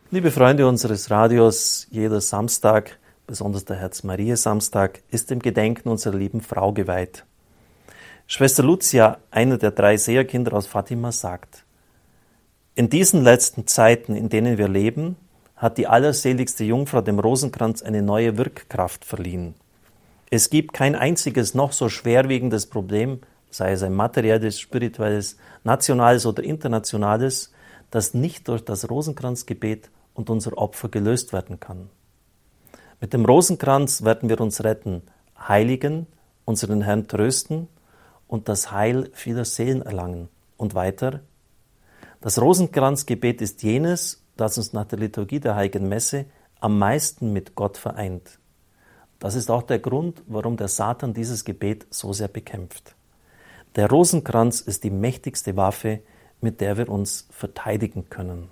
Liebe Freunde unseres Radios, jeder Samstag, besonders der Herz-Maria-Samstag, ist dem Gedenken unserer lieben Frau geweiht. Schwester Lucia, eine der 3 Seherkinder aus Fatima, sagt: In diesen letzten Zeiten, in denen wir leben, hat die allerseligste Jungfrau dem Rosenkranz eine neue Wirkkraft verliehen. Es gibt kein einziges noch so schwerwiegendes Problem, sei es ein materielles, spirituelles, nationales oder internationales, das nicht durch das Rosenkranzgebet und unser Opfer gelöst werden kann. Mit dem Rosenkranz werden wir uns retten, heiligen, unseren Herrn trösten und das Heil vieler Seelen erlangen. Und weiter: Das Rosenkranzgebet ist jenes, das uns nach der Liturgie der Heiligen Messe am meisten mit Gott vereint. Das ist auch der Grund, warum der Satan dieses Gebet so sehr bekämpft. Der Rosenkranz ist die mächtigste Waffe, mit der wir uns verteidigen können.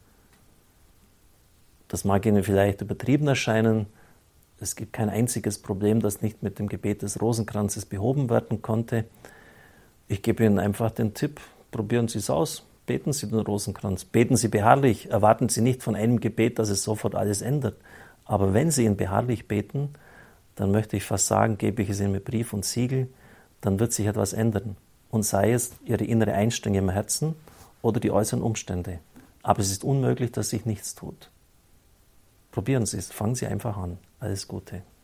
Das mag Ihnen vielleicht übertrieben erscheinen. Es gibt kein einziges Problem, das nicht mit dem Gebet des Rosenkranzes behoben werden konnte. Ich gebe Ihnen einfach den Tipp: Probieren Sie es aus, beten Sie den Rosenkranz, beten Sie beharrlich, erwarten Sie nicht von einem Gebet, dass es sofort alles ändert. Aber wenn Sie ihn beharrlich beten, dann möchte ich fast sagen, gebe ich es Ihnen mit Brief und Siegel, dann wird sich etwas ändern. Und sei es Ihre innere Einstellung im Herzen oder die äußeren Umstände. Aber es ist unmöglich, dass sich nichts tut. Probieren Sie es, fangen Sie einfach an. Alles Gute.